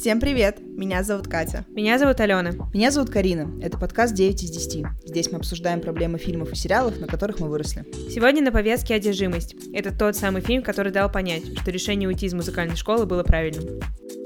Всем привет! Меня зовут Катя. Меня зовут Алена. Меня зовут Карина. Это подкаст 9 из 10. Здесь мы обсуждаем проблемы фильмов и сериалов, на которых мы выросли. Сегодня на повестке «Одержимость». Это тот самый фильм, который дал понять, что решение уйти из музыкальной школы было правильным.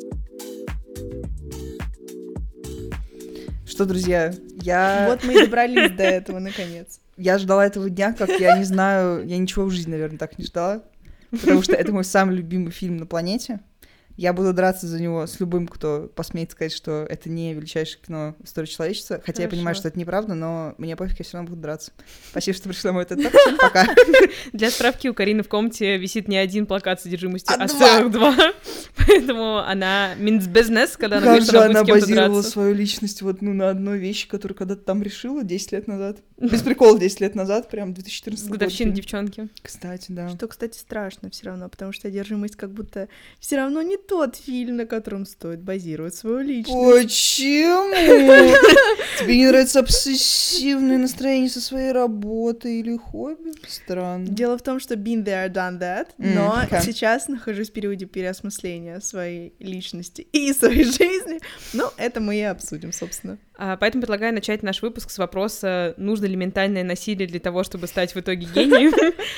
Что, друзья, Вот мы и добрались до этого, наконец. Я ждала этого дня, как я не знаю, я ничего в жизни, наверное, так не ждала, потому что это мой самый любимый фильм на планете. Я буду драться за него с любым, кто посмеет сказать, что это не величайшее кино в истории человечества. Хотя Хорошо. Я понимаю, что это неправда, но мне пофиг, я все равно буду драться. Спасибо, что пришла в мой этот Всем пока. Для справки, у Карины в комнате висит не один плакат с содержимостью, а два. целых два. Поэтому она means business, когда она Как говорит, же что она она будет с кем-то базировала драться. свою личность вот на одной вещи, которую когда-то там решила 10 лет назад. Без прикола 10 лет назад, прям 2014 С год. годовщины фильм. девчонки. Кстати, да. Что, кстати, страшно все равно, потому что одержимость как будто все равно не тот фильм, на котором стоит базировать свою личность. Почему? Тебе не нравится обсессивное настроение со своей работой или хобби? Странно. Дело в том, что been there, done that, но окей. сейчас нахожусь в периоде переосмысления своей личности и своей жизни. Но это мы и обсудим, собственно. Поэтому предлагаю начать наш выпуск с вопроса, нужно ли ментальное насилие для того, чтобы стать в итоге гением.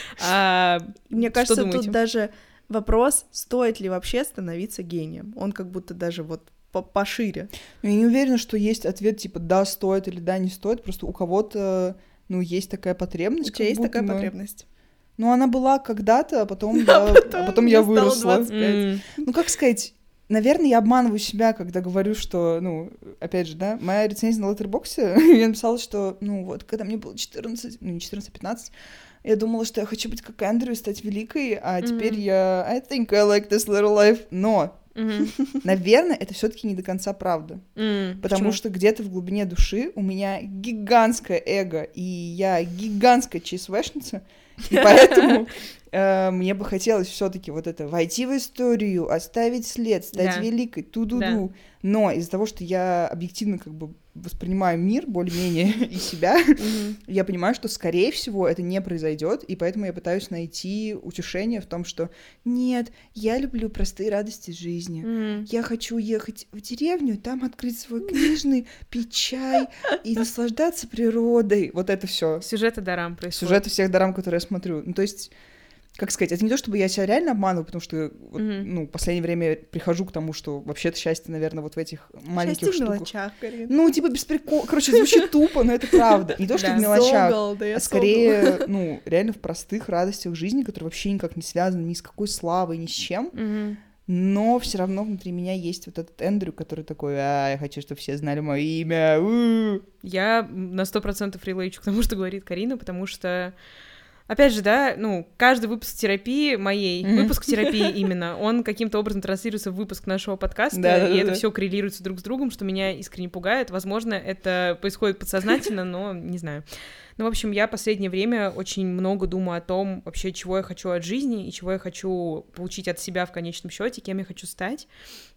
Мне Что кажется, думаете? тут даже вопрос, стоит ли вообще становиться гением. Он как будто даже вот пошире. Я не уверена, что есть ответ типа да, стоит или да, не стоит. Просто у кого-то, есть такая потребность. У тебя есть как будто такая бы. потребность? Ну, она была когда-то, а потом я мне стало выросла. 25. Ну, как сказать, наверное, я обманываю себя, когда говорю, что, опять же, да, моя рецензия на Letterboxd, я написала, что, когда мне было 14, не 14, а 15, я думала, что я хочу быть как Эндрю и стать великой, а теперь я I think I like this little life. Но, наверное, это все-таки не до конца правда. Потому что где-то в глубине души у меня гигантское эго, и я гигантская ЧСВшница, и поэтому мне бы хотелось все-таки вот это войти в историю, оставить след, стать Да. великой, ту-ду-ду. Да. Но из-за того, что я объективно как бы воспринимаю мир более-менее и себя, я понимаю, что, скорее всего, это не произойдет, и поэтому я пытаюсь найти утешение в том, что нет, я люблю простые радости жизни. Я хочу ехать в деревню, там открыть свой книжный, пить чай и наслаждаться природой. Вот это все. Сюжеты дарам происходят. Сюжеты всех дорам, которые я смотрю. Ну, то есть, как сказать, это не то, чтобы я себя реально обманываю, потому что в последнее время я прихожу к тому, что вообще-то счастье, наверное, вот в этих маленьких Счастье в штуках. мелочах, Карин. Ну, типа, без прикола. Короче, звучит тупо, но это правда. Не то, что Да. в мелочах, Согл, да я а скорее, реально в простых радостях жизни, которые вообще никак не связаны ни с какой славой, ни с чем. Но все равно внутри меня есть вот этот Эндрю, который такой, я хочу, чтобы все знали мое имя. У-у-у». Я на 100% релейчу к тому, что говорит Карина, потому что, опять же, да, каждый выпуск терапии моей, выпуск терапии именно, он каким-то образом транслируется в выпуск нашего подкаста, Да-да-да-да. и это все коррелируется друг с другом, что меня искренне пугает. Возможно, это происходит подсознательно, но не знаю. Ну, в общем, я последнее время очень много думаю о том, вообще, чего я хочу от жизни и чего я хочу получить от себя в конечном счете, кем я хочу стать.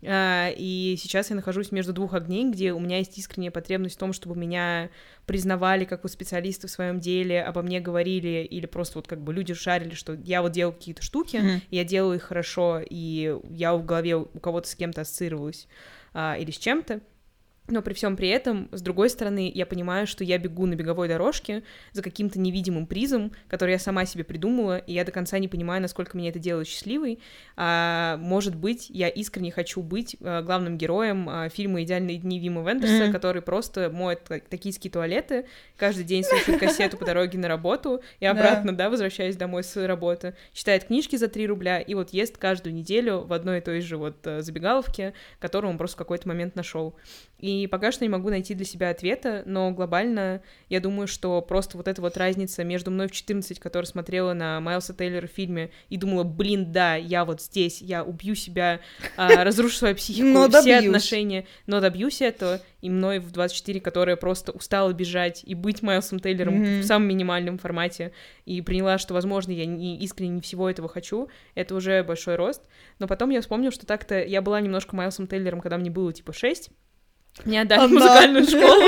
И сейчас я нахожусь между двух огней, где у меня есть искренняя потребность в том, чтобы меня признавали как вот специалиста в своем деле, обо мне говорили, или просто вот как бы люди шарили, что я вот делаю какие-то штуки, я делаю их хорошо, и я в голове у кого-то с кем-то ассоциировалась или с чем-то. Но при всем при этом, с другой стороны, я понимаю, что я бегу на беговой дорожке за каким-то невидимым призом, который я сама себе придумала, и я до конца не понимаю, насколько меня это делает счастливой. Может быть, я искренне хочу быть главным героем фильма «Идеальные дни» Вима Вендерса, который просто моет токийские туалеты, каждый день слушает кассету по дороге на работу и обратно, возвращаясь домой с работы, читает книжки за 3 рубля и вот ест каждую неделю в одной и той же вот забегаловке, которую он просто в какой-то момент нашел. И пока что не могу найти для себя ответа, но глобально я думаю, что просто вот эта вот разница между мной в 14, которая смотрела на Майлса Тейлора в фильме и думала, да, я вот здесь, я убью себя, разрушу свою психику, Но все добьюсь. отношения, но добьюсь этого, и мной в 24, которая просто устала бежать и быть Майлсом Тейлором в самом минимальном формате, и приняла, что, возможно, я искренне не всего этого хочу, это уже большой рост. Но потом я вспомнила, что так-то я была немножко Майлсом Тейлором, когда мне было, 6, меня отдали в музыкальную школу,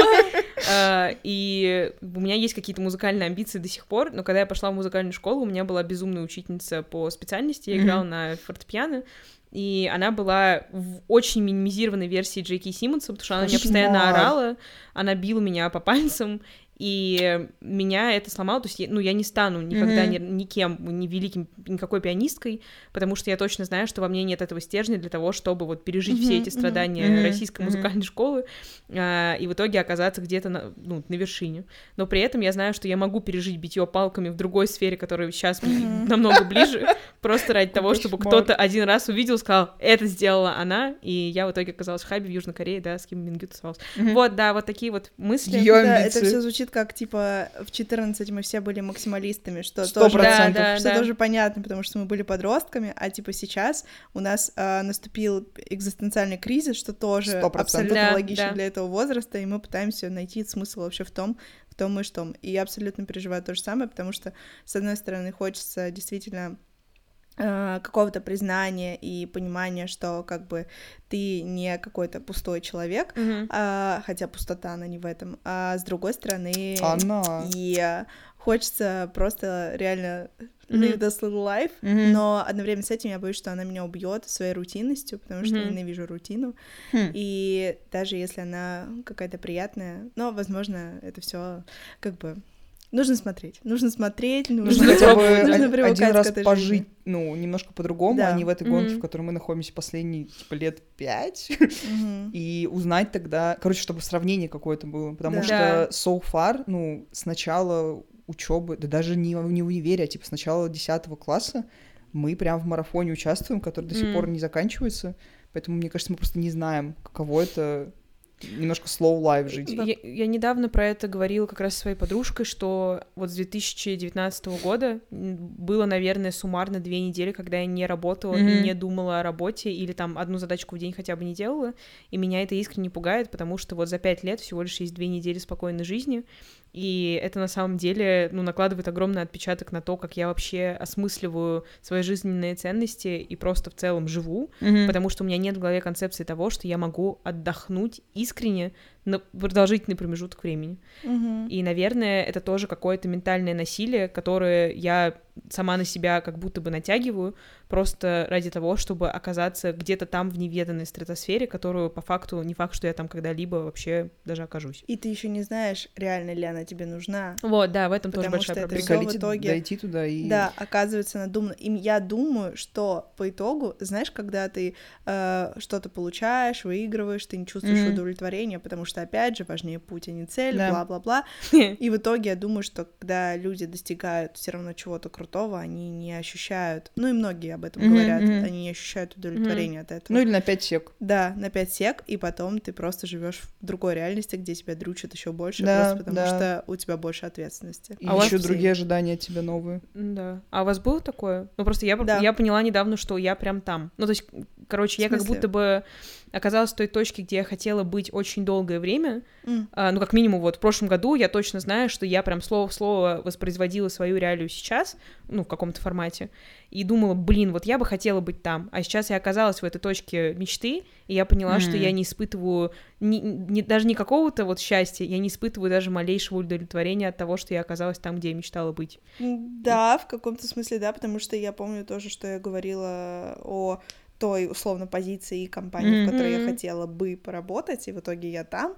и у меня есть какие-то музыкальные амбиции до сих пор, но когда я пошла в музыкальную школу, у меня была безумная учительница по специальности, я играла на фортепиано, и она была в очень минимизированной версии Джейки Симмонса, потому что она меня Кошмар. постоянно орала, она била меня по пальцам, и меня это сломало, то есть, я не стану никогда никем, ни великим, никакой пианисткой, потому что я точно знаю, что во мне нет этого стержня для того, чтобы вот пережить все эти страдания российской музыкальной школы и в итоге оказаться где-то на вершине. Но при этом я знаю, что я могу пережить битье палками в другой сфере, которая сейчас мне намного ближе, просто ради того, чтобы кто-то один раз увидел, сказал, это сделала она, и я в итоге оказалась в хабе в Южной Корее, да, с Ким Мингю тусовалась. Вот, да, вот такие вот мысли. Да, это все звучит как, типа, в 14 мы все были максималистами, что 100%. Тоже понятно, потому что мы были подростками, а, типа, сейчас у нас наступил экзистенциальный кризис, что тоже 100%. абсолютно логично для этого возраста, и мы пытаемся найти смысл вообще в том и что. И я абсолютно переживаю то же самое, потому что, с одной стороны, хочется действительно какого-то признания и понимания, что как бы ты не какой-то пустой человек, хотя пустота, она не в этом, а с другой стороны, и хочется просто реально live this little life, но одновременно с этим я боюсь, что она меня убьет своей рутинностью, потому что я ненавижу рутину, и даже если она какая-то приятная, но, возможно, это все как бы нужно смотреть, нужно хотя бы один раз пожить, жизни. Немножко по-другому, а не в этой гонке, в которой мы находимся последние, типа, лет 5, и узнать тогда, чтобы сравнение какое-то было, потому что so far, с начала учебы, да даже не в универе, а типа с начала 10 класса мы прям в марафоне участвуем, который до сих пор не заканчивается, поэтому, мне кажется, мы просто не знаем, каково это немножко slow life жить. Я недавно про это говорила как раз со своей подружкой, что вот с 2019 года было, наверное, суммарно 2 недели, когда я не работала и не думала о работе, или там одну задачку в день хотя бы не делала, и меня это искренне пугает, потому что вот за 5 лет всего лишь есть 2 недели спокойной жизни, и это на самом деле, накладывает огромный отпечаток на то, как я вообще осмысливаю свои жизненные ценности и просто в целом живу, потому что у меня нет в голове концепции того, что я могу отдохнуть искренне на продолжительный промежуток времени. И, наверное, это тоже какое-то ментальное насилие, которое я сама на себя как будто бы натягиваю, просто ради того, чтобы оказаться где-то там в неведанной стратосфере, которую по факту не факт, что я там когда-либо вообще даже окажусь. И ты еще не знаешь, реально ли она тебе нужна. Вот, да, в этом тоже большая проблема. Приколите, в итоге дойти туда и... Да, оказывается надуманно. И я думаю, что по итогу, знаешь, когда ты что-то получаешь, выигрываешь, ты не чувствуешь удовлетворения, потому что, опять же, важнее путь, а не цель, бла-бла-бла. И в итоге я думаю, что когда люди достигают все равно чего-то крутого, они не ощущают, и многие об этом говорят, они не ощущают удовлетворения от этого. Или на 5 сек. Да, на 5 сек, и потом ты просто живешь в другой реальности, где тебя дрючат еще больше, просто потому что у тебя больше ответственности. И еще другие ожидания от тебя новые. Да. А у вас было такое? Просто я поняла недавно, что я прям там. То есть, короче, я как будто бы оказалась в той точке, где я хотела быть очень долгое время. Как минимум, вот в прошлом году я точно знаю, что я прям слово в слово воспроизводила свою реалию сейчас, в каком-то формате, и думала, вот я бы хотела быть там. А сейчас я оказалась в этой точке мечты, и я поняла, что я не испытываю даже не какого-то вот счастья, я не испытываю даже малейшего удовлетворения от того, что я оказалась там, где я мечтала быть. Да, в каком-то смысле, да, потому что я помню тоже, что я говорила о той, условно, позиции и компании, в которой я хотела бы поработать, и в итоге я там,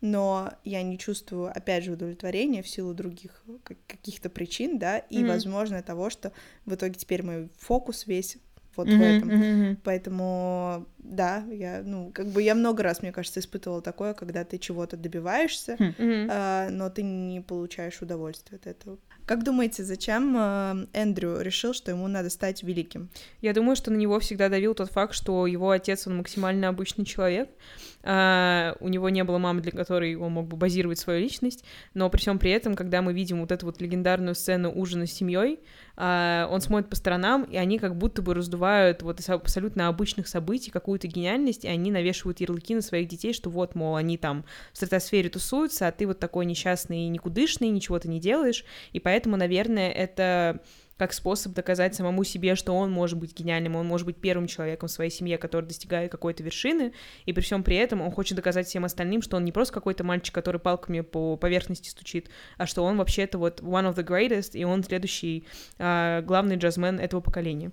но я не чувствую, опять же, удовлетворения в силу других каких-то причин, да, и, возможно, того, что в итоге теперь мой фокус весь вот в этом. Поэтому, да, я много раз, мне кажется, испытывала такое, когда ты чего-то добиваешься, но ты не получаешь удовольствия от этого. Как думаете, зачем Эндрю решил, что ему надо стать великим? Я думаю, что на него всегда давил тот факт, что его отец, он максимально обычный человек, у него не было мамы, для которой он мог бы базировать свою личность, но при всем при этом, когда мы видим вот эту вот легендарную сцену ужина с семьей, он смотрит по сторонам, и они как будто бы раздувают вот из абсолютно обычных событий какую-то гениальность, и они навешивают ярлыки на своих детей, что вот, мол, они там в стратосфере тусуются, а ты вот такой несчастный и никудышный, ничего ты не делаешь, и поэтому, наверное, это как способ доказать самому себе, что он может быть гениальным, он может быть первым человеком в своей семье, который достигает какой-то вершины, и при всем при этом он хочет доказать всем остальным, что он не просто какой-то мальчик, который палками по поверхности стучит, а что он вообще-то вот one of the greatest, и он следующий главный джазмен этого поколения.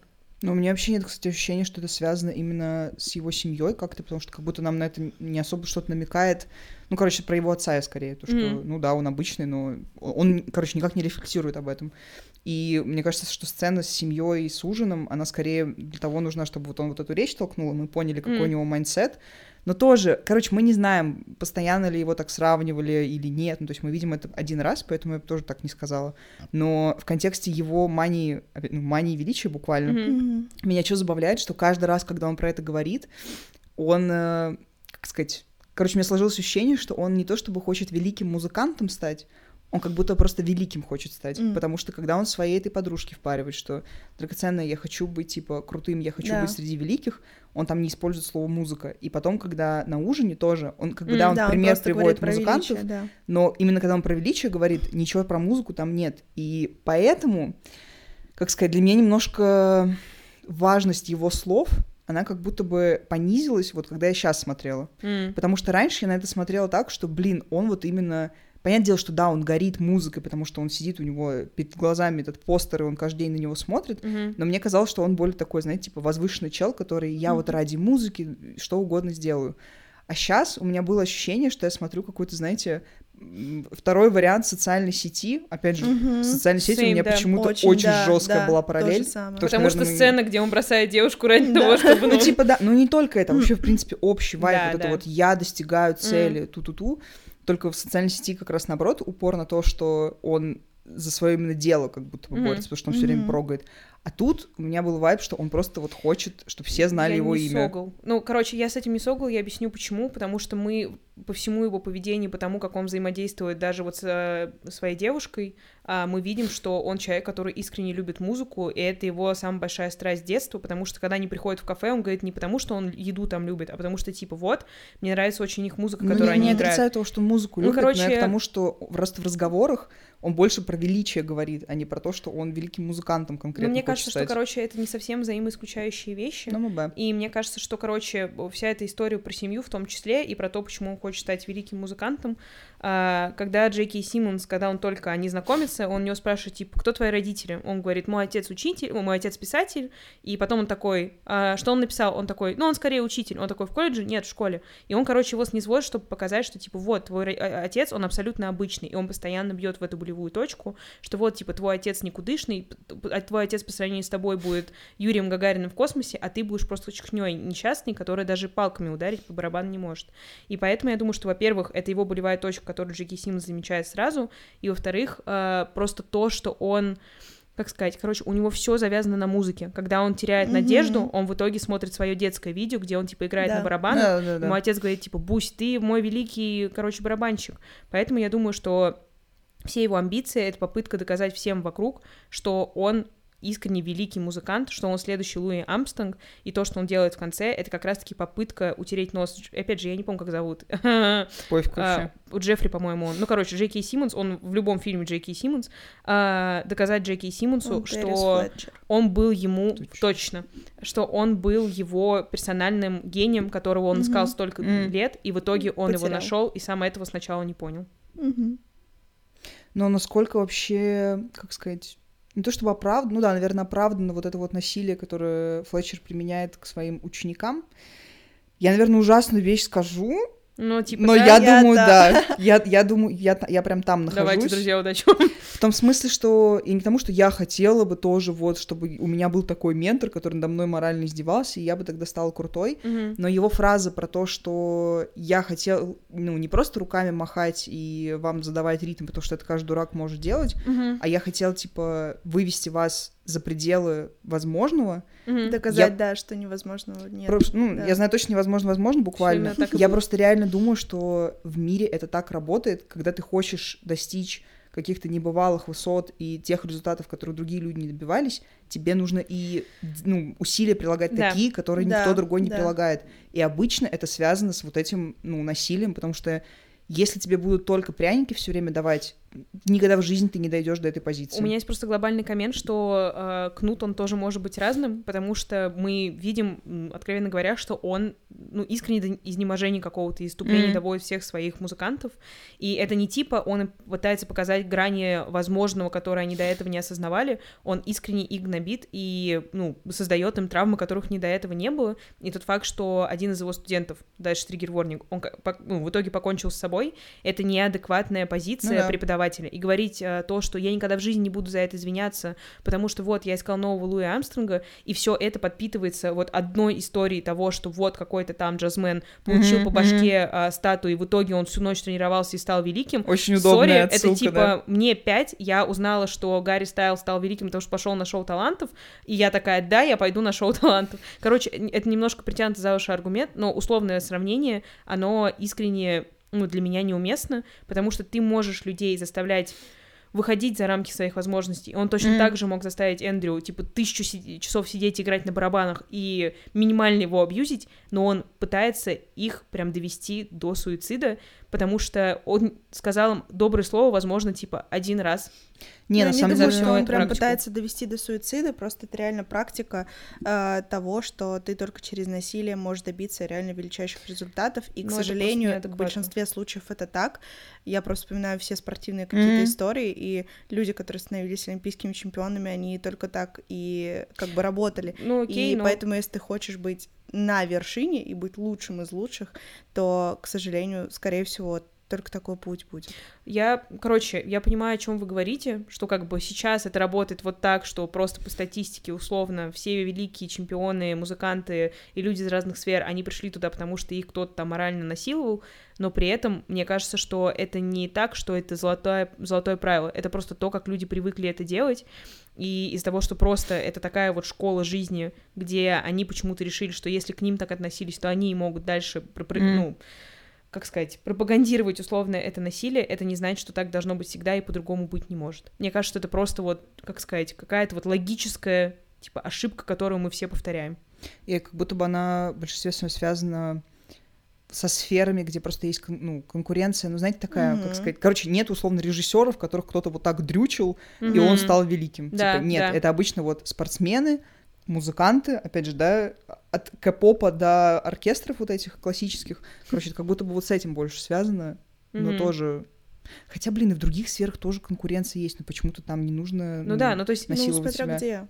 Но у меня вообще нет, кстати, ощущения, что это связано именно с его семьей как-то, потому что как будто нам на это не особо что-то намекает. Ну, короче, про его отца я скорее. То, что, ну да, он обычный, но он, короче, никак не рефлексирует об этом. И мне кажется, что сцена с семьей и с ужином, она скорее для того нужна, чтобы вот он вот эту речь толкнул, и мы поняли, какой у него майндсет. Но тоже, короче, мы не знаем, постоянно ли его так сравнивали или нет. Ну, то есть мы видим это один раз, поэтому я тоже так не сказала. Но в контексте его мании величия буквально, меня что забавляет, что каждый раз, когда он про это говорит, он, как сказать... Короче, у меня сложилось ощущение, что он не то чтобы хочет великим музыкантом стать, он как будто просто великим хочет стать, потому что когда он своей этой подружке впаривает, что драгоценное, я хочу быть, типа, крутым, я хочу быть среди великих, он там не использует слово «музыка». И потом, когда на ужине тоже, он как бы, он пример приводит музыкантов, но именно когда он про величие говорит, ничего про музыку там нет. И поэтому, как сказать, для меня немножко важность его слов, она как будто бы понизилась, вот когда я сейчас смотрела. Потому что раньше я на это смотрела так, что, он вот именно... Понятное дело, что да, он горит музыкой, потому что он сидит, у него перед глазами этот постер, и он каждый день на него смотрит, но мне казалось, что он более такой, знаете, типа возвышенный чел, который я вот ради музыки что угодно сделаю. А сейчас у меня было ощущение, что я смотрю какой-то, знаете, второй вариант социальной сети. Опять же, в социальной сети у меня почему-то очень жесткая была параллель. Потому что сцена, где он бросает девушку ради того, чтобы... Ну, типа, да, ну не только это, вообще, в принципе, общий вайб, вот это вот «я достигаю цели», ту-ту-ту. Только в социальной сети как раз наоборот упор на то, что он за свое именно дело как будто бы борется, потому что он все время прогает. А тут у меня был вайб, что он просто вот хочет, чтобы все знали его имя. Ну, короче, я с этим не согл, я объясню почему. Потому что мы по всему его поведению, по тому, как он взаимодействует даже вот с своей девушкой, мы видим, что он человек, который искренне любит музыку, и это его самая большая страсть детства, потому что когда они приходят в кафе, он говорит не потому, что он еду там любит, а потому что, типа, вот, мне нравится очень их музыка, которую они играют. Не отрицаю того, что музыку любит, но я к тому, что просто в разговорах он больше про величие говорит, а не про то, что он великим музыкантом конкретно мне хочет кажется, стать. что, короче, это не совсем взаимоисключающие вещи. И мне кажется, что, короче, вся эта история про семью в том числе, и про то, почему он хочет стать великим музыкантом, когда Джеки Симмонс, когда он только они знакомятся, он у него спрашивает, типа, кто твои родители? Он говорит, мой отец учитель, мой отец писатель, и потом он такой, что он написал? Он такой, ну, он скорее учитель. Он такой, в колледже? Нет, в школе. И он, короче, его снизводит, чтобы показать, что, типа, вот, твой отец, он абсолютно обычный, и он постоянно бьет в эту болевую точку, что вот, типа, твой отец никудышный, твой отец по сравнению с тобой будет Юрием Гагариным в космосе, а ты будешь просто чухнёй несчастный, который даже палками ударить по барабану не может. И поэтому я думаю, что, во-первых, это его болевая точка, которую Джеки Симмонс замечает сразу, и, во-вторых, просто то, что он, как сказать, короче, у него все завязано на музыке. Когда он теряет надежду, он в итоге смотрит свое детское видео, где он, типа, играет на барабанах, ему отец говорит, типа, Бусь, ты мой великий, короче, барабанщик. Поэтому я думаю, что все его амбиции — это попытка доказать всем вокруг, что он искренне великий музыкант, что он следующий Луи Армстронг, и то, что он делает в конце, это как раз-таки попытка утереть нос. Опять же, я не помню, как зовут. Пофиг вообще. Джеффри, по-моему, он. Ну, короче, Джеки Симмонс, он в любом фильме Джеки Симмонс, доказать Джеки Симмонсу, что он был ему, точно, что он был его персональным гением, которого он искал столько лет, и в итоге он его нашел, и сам этого сначала не понял. Но насколько вообще, как сказать... Не то чтобы оправдано, ну да, наверное, оправдано вот это вот насилие, которое Флетчер применяет к своим ученикам. Я, наверное, ужасную вещь скажу, ну, типа, но я думаю, да. Я думаю, я прям там нахожусь. Давайте, друзья, удачи. В том смысле, что... И не потому, что я хотела бы тоже вот, чтобы у меня был такой ментор, который надо мной морально издевался, и я бы тогда стала крутой. Но его фраза про то, что я хотел, ну, не просто руками махать и вам задавать ритм, потому что это каждый дурак может делать, а я хотел, типа, вывести вас за пределы возможного. Доказать, да, что невозможного нет. Я знаю точно невозможно, буквально. Я просто реально думаю, что в мире это так работает, когда ты хочешь достичь каких-то небывалых высот и тех результатов, которые другие люди не добивались, тебе нужно и усилия прилагать такие, которые никто другой не прилагает. И обычно это связано с вот этим насилием, потому что если тебе будут только пряники все время давать, никогда в жизни ты не дойдешь до этой позиции. У меня есть просто глобальный коммент, что Кнут, он тоже может быть разным, потому что мы видим, откровенно говоря, что он, искренне до изнеможения какого-то иступления доводит всех своих музыкантов, и это не типа он пытается показать грани возможного, которые они до этого не осознавали, он искренне их гнобит и, создает им травмы, которых ни до этого не было, и тот факт, что один из его студентов, дальше триггер-ворнинг, он в итоге покончил с собой, это неадекватная позиция преподавателя, и говорить то, что я никогда в жизни не буду за это извиняться, потому что вот я искал нового Луи Армстронга, и все это подпитывается вот одной историей того, что вот какой-то там джазмен получил по башке статую, и в итоге он всю ночь тренировался и стал великим. Очень удобная отсылка, это типа мне 5, я узнала, что Гарри Стайлс стал великим, потому что пошел на шоу талантов, и я такая, да, я пойду на шоу талантов. Короче, это немножко притянутый за уши аргумент, но условное сравнение, оно искренне, для меня неуместно, потому что ты можешь людей заставлять выходить за рамки своих возможностей. Он точно так же мог заставить Эндрю, 1000 часов сидеть, играть на барабанах и минимально его абьюзить, но он пытается их прям довести до суицида, потому что он сказал им доброе слово, возможно, один раз. Не, на самом деле, что он прям пытается довести до суицида, просто это реально практика того, что ты только через насилие можешь добиться реально величайших результатов, и, к сожалению, в большинстве случаев это так. Я просто вспоминаю все спортивные какие-то истории, и люди, которые становились олимпийскими чемпионами, они только так и как бы работали. Поэтому, если ты хочешь быть на вершине и быть лучшим из лучших, то, к сожалению, скорее всего, только такой путь будет. Я понимаю, о чем вы говорите, что как бы сейчас это работает вот так, что просто по статистике условно все великие чемпионы, музыканты и люди из разных сфер, они пришли туда, потому что их кто-то там морально насиловал, но при этом мне кажется, что это не так, что это золотое правило, это просто то, как люди привыкли это делать, и из-за того, что просто это такая вот школа жизни, где они почему-то решили, что если к ним так относились, то они могут дальше пропагандировать условно это насилие, это не значит, что так должно быть всегда и по-другому быть не может. Мне кажется, что это просто какая-то вот логическая ошибка, которую мы все повторяем. И как будто бы она в большинстве своем связана со сферами, где просто есть конкуренция, знаете, такая, как сказать, короче, нет условно режиссеров, которых кто-то вот так дрючил, и он стал великим. Да, нет, это обычно вот спортсмены, музыканты, опять же, да, от кэ-попа до оркестров вот этих классических, короче, это как будто бы вот с этим больше связано, но тоже... Хотя, и в других сферах тоже конкуренция есть, но почему-то там не нужно насиловать смотря себя.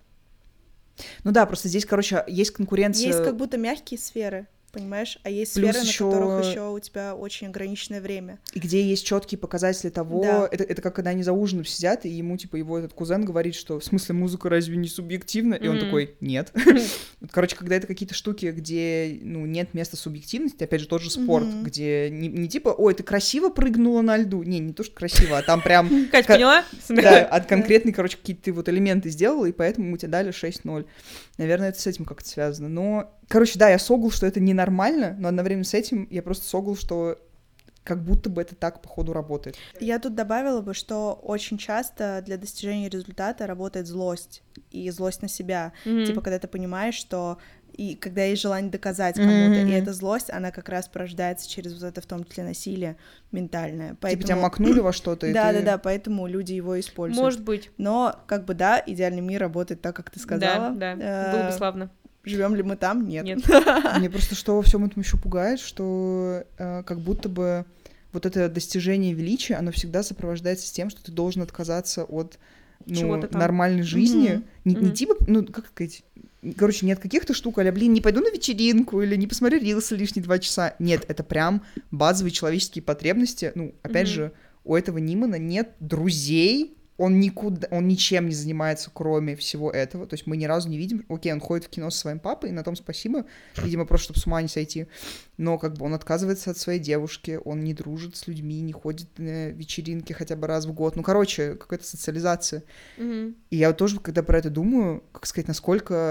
Где. Просто здесь, короче, есть конкуренция... Есть как будто мягкие сферы, понимаешь? А есть сферы, на которых еще у тебя очень ограниченное время. И где есть четкие показатели того... Это как когда они за ужином сидят, и ему, его этот кузен говорит, что в смысле музыка разве не субъективна? И он такой, нет. Короче, когда это какие-то штуки, где, нет места субъективности, опять же, тот же спорт, где не ой, ты красиво прыгнула на льду. Не то, что красиво, а там прям... Кать, поняла? Да, от конкретной, какие-то ты вот элементы сделала, и поэтому мы тебе дали 6-0. Наверное, это с этим как-то связано. Но, я согл, что это ненормально, но одновременно с этим я просто согл, что как будто бы это так, походу, работает. Я тут добавила бы, что очень часто для достижения результата работает злость, и злость на себя. Когда ты понимаешь, что... И когда есть желание доказать кому-то, и эта злость, она как раз порождается через вот это, в том числе, насилие ментальное. Поэтому... тебя макнули во что-то, и Да, поэтому люди его используют. Может быть. Но, идеальный мир работает так, как ты сказала. Да, было бы славно. Живем ли мы там? Нет. Мне просто что во всем этом еще пугает, что как будто бы вот это достижение величия, оно всегда сопровождается с тем, что ты должен отказаться от нормальной жизни. Не типа, как сказать... Короче, нет каких-то штук, не пойду на вечеринку или не посмотрю рилсы лишние 2 часа. Нет, это прям базовые человеческие потребности. Опять же, у этого Нимана нет друзей, он ничем не занимается, кроме всего этого. То есть мы ни разу не видим, окей, он ходит в кино со своим папой, и на том спасибо, видимо, просто чтобы с ума не сойти. Но он отказывается от своей девушки, он не дружит с людьми, не ходит на вечеринки хотя бы раз в год. Какая-то социализация. И я тоже, когда про это думаю,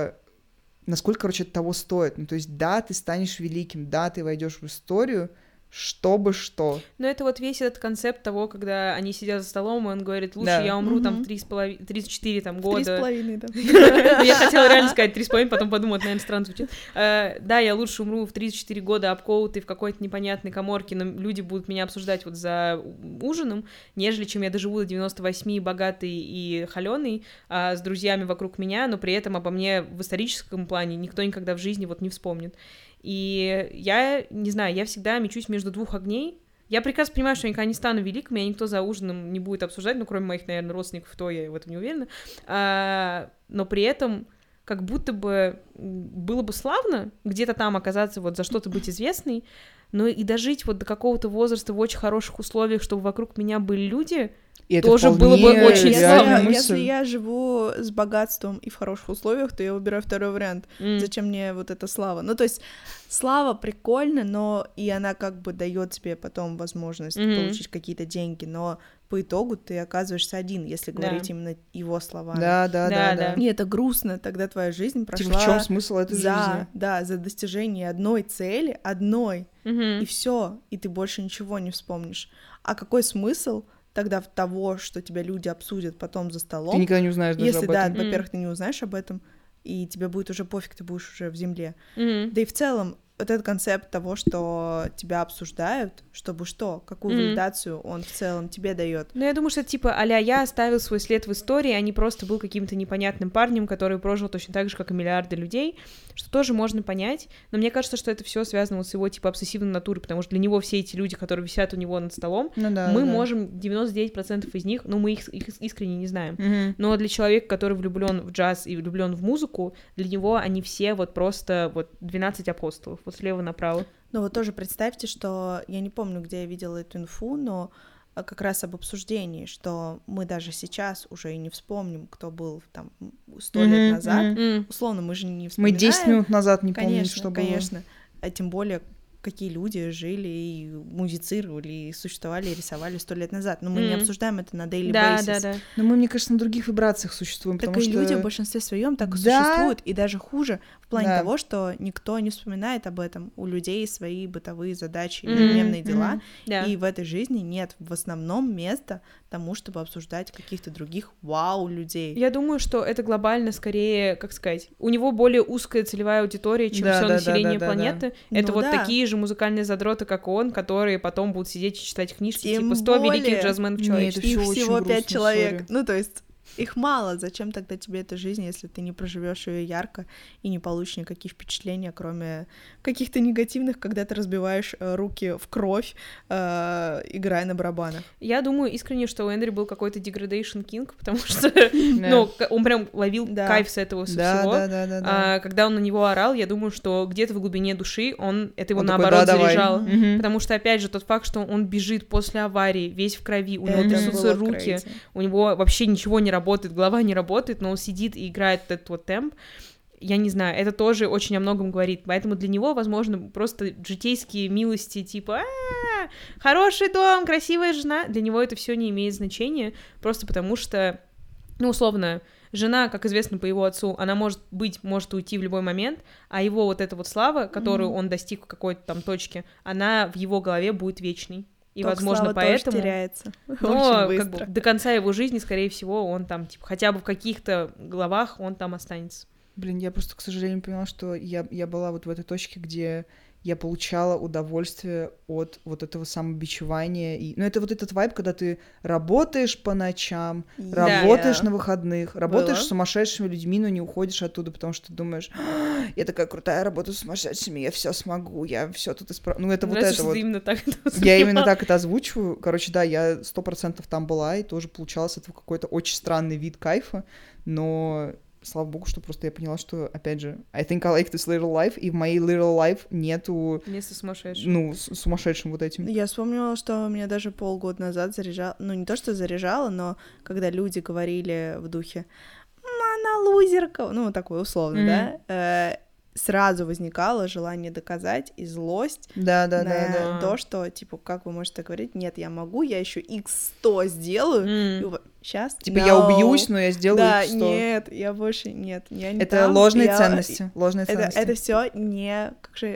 насколько, это того стоит. То есть, да, ты станешь великим, да, ты войдешь в историю, чтобы что. Но это вот весь этот концепт того, когда они сидят за столом, и он говорит, лучше я умру там в 34 там, года. 3,5, да. Я хотела реально сказать 3,5, потом подумала, это, наверное, странно звучит. Да, я лучше умру в 34 года обколотый в какой-то непонятной каморке, но люди будут меня обсуждать вот за ужином, нежели чем я доживу до 98, богатый и холёный, с друзьями вокруг меня, но при этом обо мне в историческом плане никто никогда в жизни вот не вспомнит. И я, не знаю, я всегда мечусь между двух огней. Я прекрасно понимаю, что я никогда не стану великой, меня никто за ужином не будет обсуждать, ну, кроме моих, наверное, родственников, то я в этом не уверена. Но при этом как будто бы было бы славно где-то там оказаться, вот за что-то быть известной, но и дожить вот до какого-то возраста в очень хороших условиях, чтобы вокруг меня были люди, и тоже было бы очень славно. Если я живу с богатством и в хороших условиях, то я выбираю второй вариант. Зачем мне вот эта слава? Ну, то есть слава прикольна, но и она как бы дает тебе потом возможность получить какие-то деньги, но по итогу ты оказываешься один, если говорить именно его словами. Да. И это грустно, тогда твоя жизнь прошла... Типа в чем смысл этой жизни? Да, за достижение одной цели, и все, и ты больше ничего не вспомнишь. А какой смысл тогда того, что тебя люди обсудят потом за столом? Ты никогда не узнаешь даже если, об этом. Да, во-первых, ты не узнаешь об этом, и тебе будет уже пофиг, ты будешь уже в земле. Да и в целом, вот этот концепт того, что тебя обсуждают, чтобы что, какую валидацию он в целом тебе дает. Ну, я думаю, что типа а-ля я оставил свой след в истории, а не просто был каким-то непонятным парнем, который прожил точно так же, как и миллиарды людей, что тоже можно понять, но мне кажется, что это все связано вот с его типа обсессивной натурой, потому что для него все эти люди, которые висят у него над столом, мы можем 99% из них, ну, мы их искренне не знаем, но для человека, который влюблен в джаз и влюблен в музыку, для него они все вот просто вот 12 апостолов, вот слева направо. Ну вот тоже представьте, что я не помню, где я видела эту инфу, но как раз об обсуждении, что мы даже сейчас уже и не вспомним, кто был там 100 лет назад. Условно, мы же не вспоминаем. Мы 10 минут назад не помним, что было. Конечно, а тем более какие люди жили и музицировали, и существовали, и рисовали 100 лет назад. Но мы не обсуждаем это на daily basis. Да. Но мы, мне кажется, на других вибрациях существуем, так потому и что... люди в большинстве своем так и существуют, и даже хуже в плане того, что никто не вспоминает об этом. У людей свои бытовые задачи, ежедневные дела, и в этой жизни нет в основном места тому, чтобы обсуждать каких-то других людей. Я думаю, что это глобально скорее, как сказать, у него более узкая целевая аудитория, чем все население планеты. Это вот такие же музыкальные задроты, как он, которые потом будут сидеть и читать книжки, тем типа 100 более... великих джазменов человечества. Их всего 5 человек. Ну, то есть их мало. Зачем тогда тебе эта жизнь, если ты не проживешь ее ярко и не получишь никаких впечатлений, кроме каких-то негативных, когда ты разбиваешь руки в кровь, играя на барабанах? Я думаю искренне, что у Эндрю был какой-то degradation king, потому что ну, он прям ловил кайф с этого всего. Когда он на него орал, я думаю, что где-то в глубине души это его наоборот заряжало. Потому что, опять же, тот факт, что он бежит после аварии, весь в крови, у него трясутся руки, у него вообще ничего не работает, голова не работает, но он сидит и играет этот вот темп. Я не знаю, это тоже очень о многом говорит, поэтому для него, возможно, просто житейские милости, типа хороший дом, красивая жена, для него это все не имеет значения, просто потому что, ну, условно, жена, как известно по его отцу, она может уйти в любой момент, а его вот эта вот слава, которую он достиг в какой-то там точке, она в его голове будет вечной. И, только возможно, слава поэтому... тоже теряется. Но как бы, до конца его жизни, скорее всего, он там, типа, хотя бы в каких-то главах он там останется. Блин, я просто, к сожалению, поняла, что я была вот в этой точке, где я получала удовольствие от вот этого самобичевания. Ну, это вот этот вайб, когда ты работаешь по ночам, работаешь на выходных, работаешь с сумасшедшими людьми, но не уходишь оттуда, потому что ты думаешь, я такая крутая, работаю с сумасшедшими, я все смогу, я все тут исправлю. Ну, это вот это вот. Я именно так это озвучиваю. Короче, да, я 100% там была, и тоже получалось это какой-то очень странный вид кайфа, но... Слава богу, что просто я поняла, что, опять же, I think I like this little life, и в моей little life нету... Места сумасшедшим. Ну, сумасшедшим вот этим. Я вспомнила, что меня даже полгода назад заряжало... Ну, не то, что заряжало, но когда люди говорили в духе «Она лузерка», ну, такое условно, да, сразу возникало желание доказать и злость на то, что, типа, как вы можете говорить, нет, я могу, я еще x100 сделаю, и сейчас... Типа, я убьюсь, но я сделаю да, x100. нет, я больше, нет, я не это там, ложные ценности, ложные ценности. Это все не, как же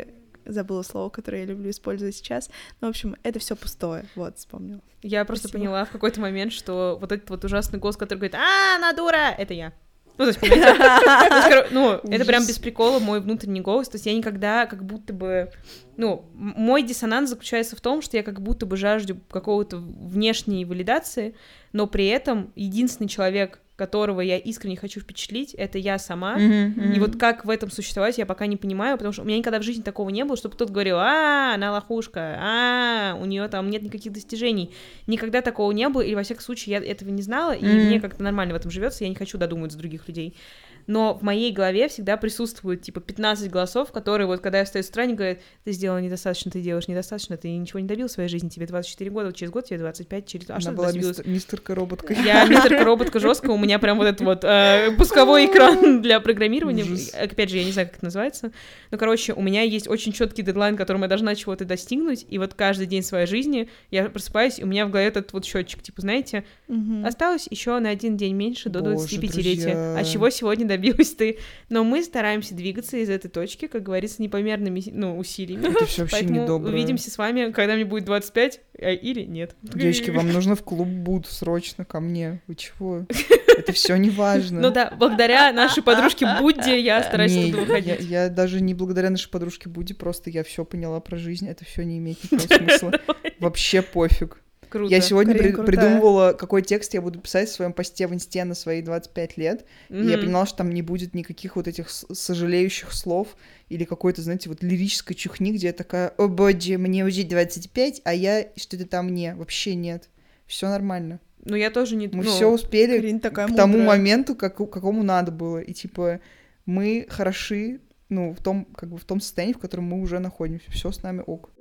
забыла слово, которое я люблю использовать сейчас. Ну, в общем, это все пустое. Вот, вспомнила. Я просто Спасибо. поняла в какой-то момент, что вот этот вот ужасный голос, который говорит: она дура! Это я. Ну, то есть, понимаете? Ну, это прям без прикола мой внутренний голос. То есть я никогда как будто бы... Ну, мой диссонанс заключается в том, что я как будто бы жажду какого-то внешней валидации, но при этом единственный человек, которого я искренне хочу впечатлить, это я сама. И вот как в этом существовать, я пока не понимаю, потому что у меня никогда в жизни такого не было, чтобы кто-то говорил: она лохушка, у нее там нет никаких достижений. Никогда такого не было, или, во всяком случае, я этого не знала, и мне как-то нормально в этом живется, я не хочу додумывать за других людей. Но в моей голове всегда присутствует, типа, 15 голосов, которые вот, когда я встаю с утра, они говорят: ты сделала недостаточно, ты делаешь недостаточно, ты ничего не добилась в своей жизни, тебе 24 года, вот через год тебе 25, через... Она была мистеркой-роботкой. Я мистерка-роботка жесткая, у меня прям вот этот вот пусковой экран для программирования. Опять же, я не знаю, как это называется. Но, короче, у меня есть очень четкий дедлайн, которым я должна чего-то достигнуть, и вот каждый день своей жизни я просыпаюсь, и у меня в голове этот вот счетчик, типа, знаете, осталось еще на один день меньше до 25-летия. А чего сегодня добилась ты? Но мы стараемся двигаться из этой точки, как говорится, непомерными, усилиями. Это все вообще Поэтому недоброе. увидимся с вами, когда мне будет 25, или нет. Девочки, вам нужно в клуб Буд срочно ко мне. Вы чего? Это все не важно. Ну да, благодаря нашей подружке Будде я стараюсь оттуда выходить. Я даже не благодаря нашей подружке Будде, просто я все поняла про жизнь, это все не имеет никакого смысла. Вообще пофиг. Круто. Я сегодня Карин, придумывала, какой текст я буду писать в своем посте в инсте на свои 25 лет, и я поняла, что там не будет никаких вот этих сожалеющих слов или какой-то, знаете, вот лирической чухни, где я такая: о боже, мне уже 25, а я что-то там не. Вообще нет. Все нормально. Ну, я тоже не... Мы все успели Карин такая к тому мудрая. моменту, какому надо было. И типа мы хороши, в том, в том состоянии, в котором мы уже находимся. Все с нами ок.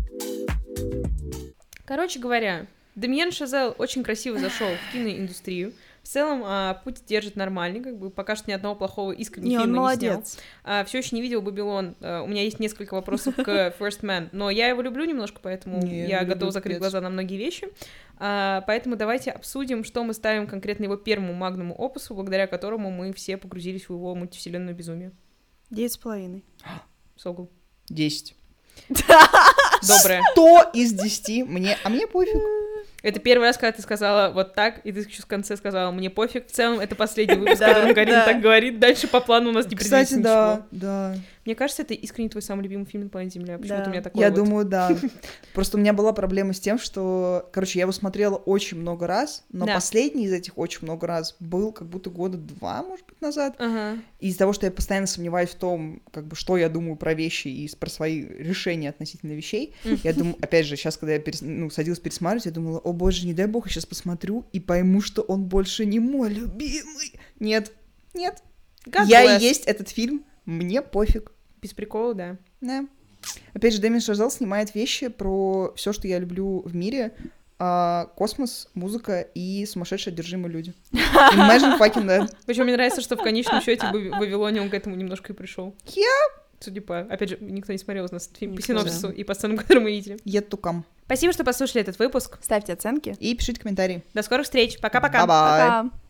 Короче говоря, Демьен Шазел очень красиво зашел в киноиндустрию. В целом, путь держит нормальный, пока что ни одного плохого искреннего фильма не снял. Все еще не видел «Бабилон». У меня есть несколько вопросов к First Man, но я его люблю немножко, поэтому я готова закрыть глаза на многие вещи. Поэтому давайте обсудим, что мы ставим конкретно его первому магнуму опусу, благодаря которому мы все погрузились в его мультивселенную безумие. 9,5. Согл. 10. Доброе. 100 из 10. Мне пофиг. Это первый раз, когда ты сказала вот так, и ты еще в конце сказала: мне пофиг. В целом, это последний выпуск, в котором Карина так говорит. Дальше по плану у нас не предвидится ничего. Да. Мне кажется, это искренне твой самый любимый фильм на планете Земля. Почему-то у меня такое Я думаю, да. Просто у меня была проблема с тем, что... Короче, я его смотрела очень много раз, но последний из этих очень много раз был как будто 2 года, может быть, назад. И из-за того, что я постоянно сомневаюсь в том, что я думаю про вещи и про свои решения относительно вещей, я думаю, опять же, сейчас, когда я садилась пересматривать, я думала: о боже, не дай бог, я сейчас посмотрю и пойму, что он больше не мой любимый. Нет. Я и есть этот фильм. Мне пофиг. Без прикола, да. Да. Опять же, Демьен Шазел снимает вещи про все, что я люблю в мире: космос, музыка и сумасшедшие одержимые люди. Imagine fucking that. Причем мне нравится, что в конечном счете в Вавилоне он к этому немножко и пришел. Судя по... Опять же, никто не смотрел у нас этот фильм по синопсису и по сценам, которые мы видели. Yet to come. Спасибо, что послушали этот выпуск. Ставьте оценки. И пишите комментарии. До скорых встреч. Пока-пока. Bye-bye. Пока.